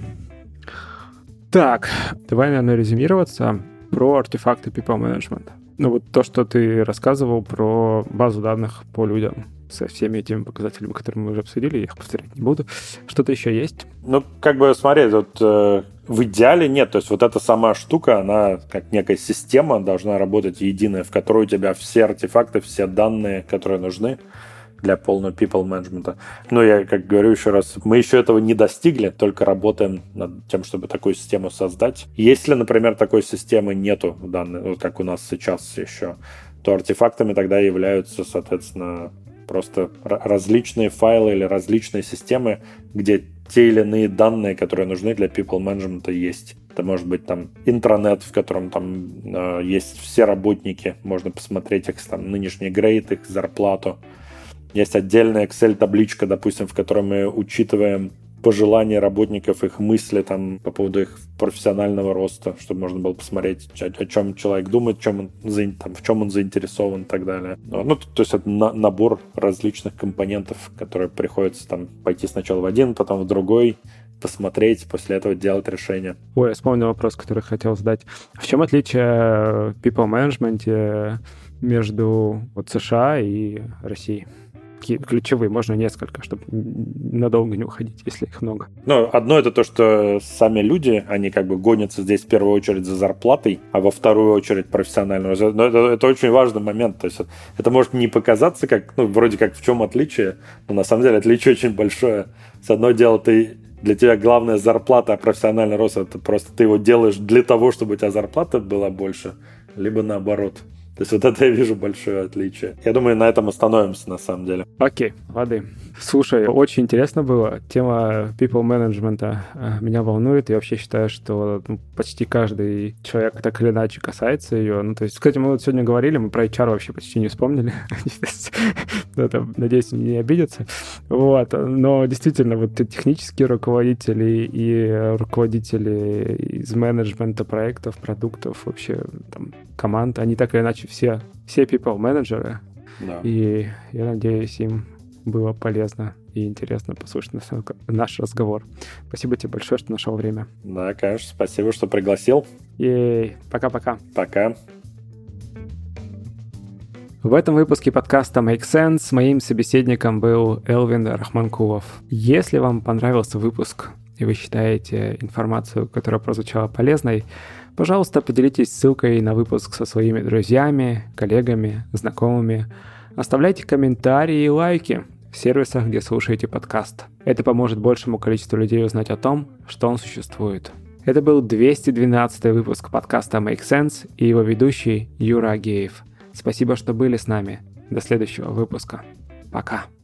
Так, давай, наверное, резюмироваться про артефакты people management. Вот то, что ты рассказывал про базу данных по людям со всеми этими показателями, которые мы уже обсудили, я их повторять не буду. Что-то еще есть? Смотри, тут в идеале нет. То есть вот эта сама штука, она как некая система должна работать единая, в которой у тебя все артефакты, все данные, которые нужны для полного people management. Но я, как говорю еще раз, мы еще этого не достигли, только работаем над тем, чтобы такую систему создать. Если, например, такой системы нету в данной, как у нас сейчас еще, то артефактами тогда являются, соответственно, просто различные файлы или различные системы, где те или иные данные, которые нужны для people management, есть. Это может быть там интранет, в котором там есть все работники, можно посмотреть их там нынешний грейд, их зарплату. Есть отдельная Excel-табличка, допустим, в которой мы учитываем пожелания работников, их мысли там, по поводу их профессионального роста, чтобы можно было посмотреть, о чем человек думает, в чем он заинтересован и так далее. То есть это набор различных компонентов, которые приходится там пойти сначала в один, потом в другой, посмотреть, после этого делать решение. Я вспомнил вопрос, который хотел задать. В чем отличие people management между США и Россией? Какие ключевые, можно несколько, чтобы надолго не уходить, если их много. Одно это то, что сами люди, они как бы гонятся здесь в первую очередь за зарплатой, а во вторую очередь профессиональную. Но это очень важный момент. То есть это может не показаться как, вроде как в чем отличие, но на самом деле отличие очень большое. С одно дело, для тебя главная зарплата, а профессиональный рост, это просто ты его делаешь для того, чтобы у тебя зарплата была больше, либо наоборот. То есть вот это я вижу большое отличие. Я думаю, на этом остановимся на самом деле. Окей, лады. Слушай, очень интересно было. Тема people management меня волнует. Я вообще считаю, что почти каждый человек так или иначе касается ее. То есть, кстати, мы вот сегодня говорили, мы про HR вообще почти не вспомнили. Надеюсь, не обидятся. Но действительно, вот технические руководители и руководители из менеджмента проектов, продуктов, вообще там команд, они так или иначе все people менеджеры. Да. И я надеюсь, им было полезно и интересно послушать наш разговор. Спасибо тебе большое, что нашел время. Да, конечно. Спасибо, что пригласил. Пока-пока. Пока. В этом выпуске подкаста Make Sense моим собеседником был Элвин Рахманкулов. Если вам понравился выпуск и вы считаете информацию, которая прозвучала полезной, пожалуйста, поделитесь ссылкой на выпуск со своими друзьями, коллегами, знакомыми. Оставляйте комментарии и лайки в сервисах, где слушаете подкаст. Это поможет большему количеству людей узнать о том, что он существует. Это был 212-й выпуск подкаста Make Sense и его ведущий Юра Агеев. Спасибо, что были с нами. До следующего выпуска. Пока.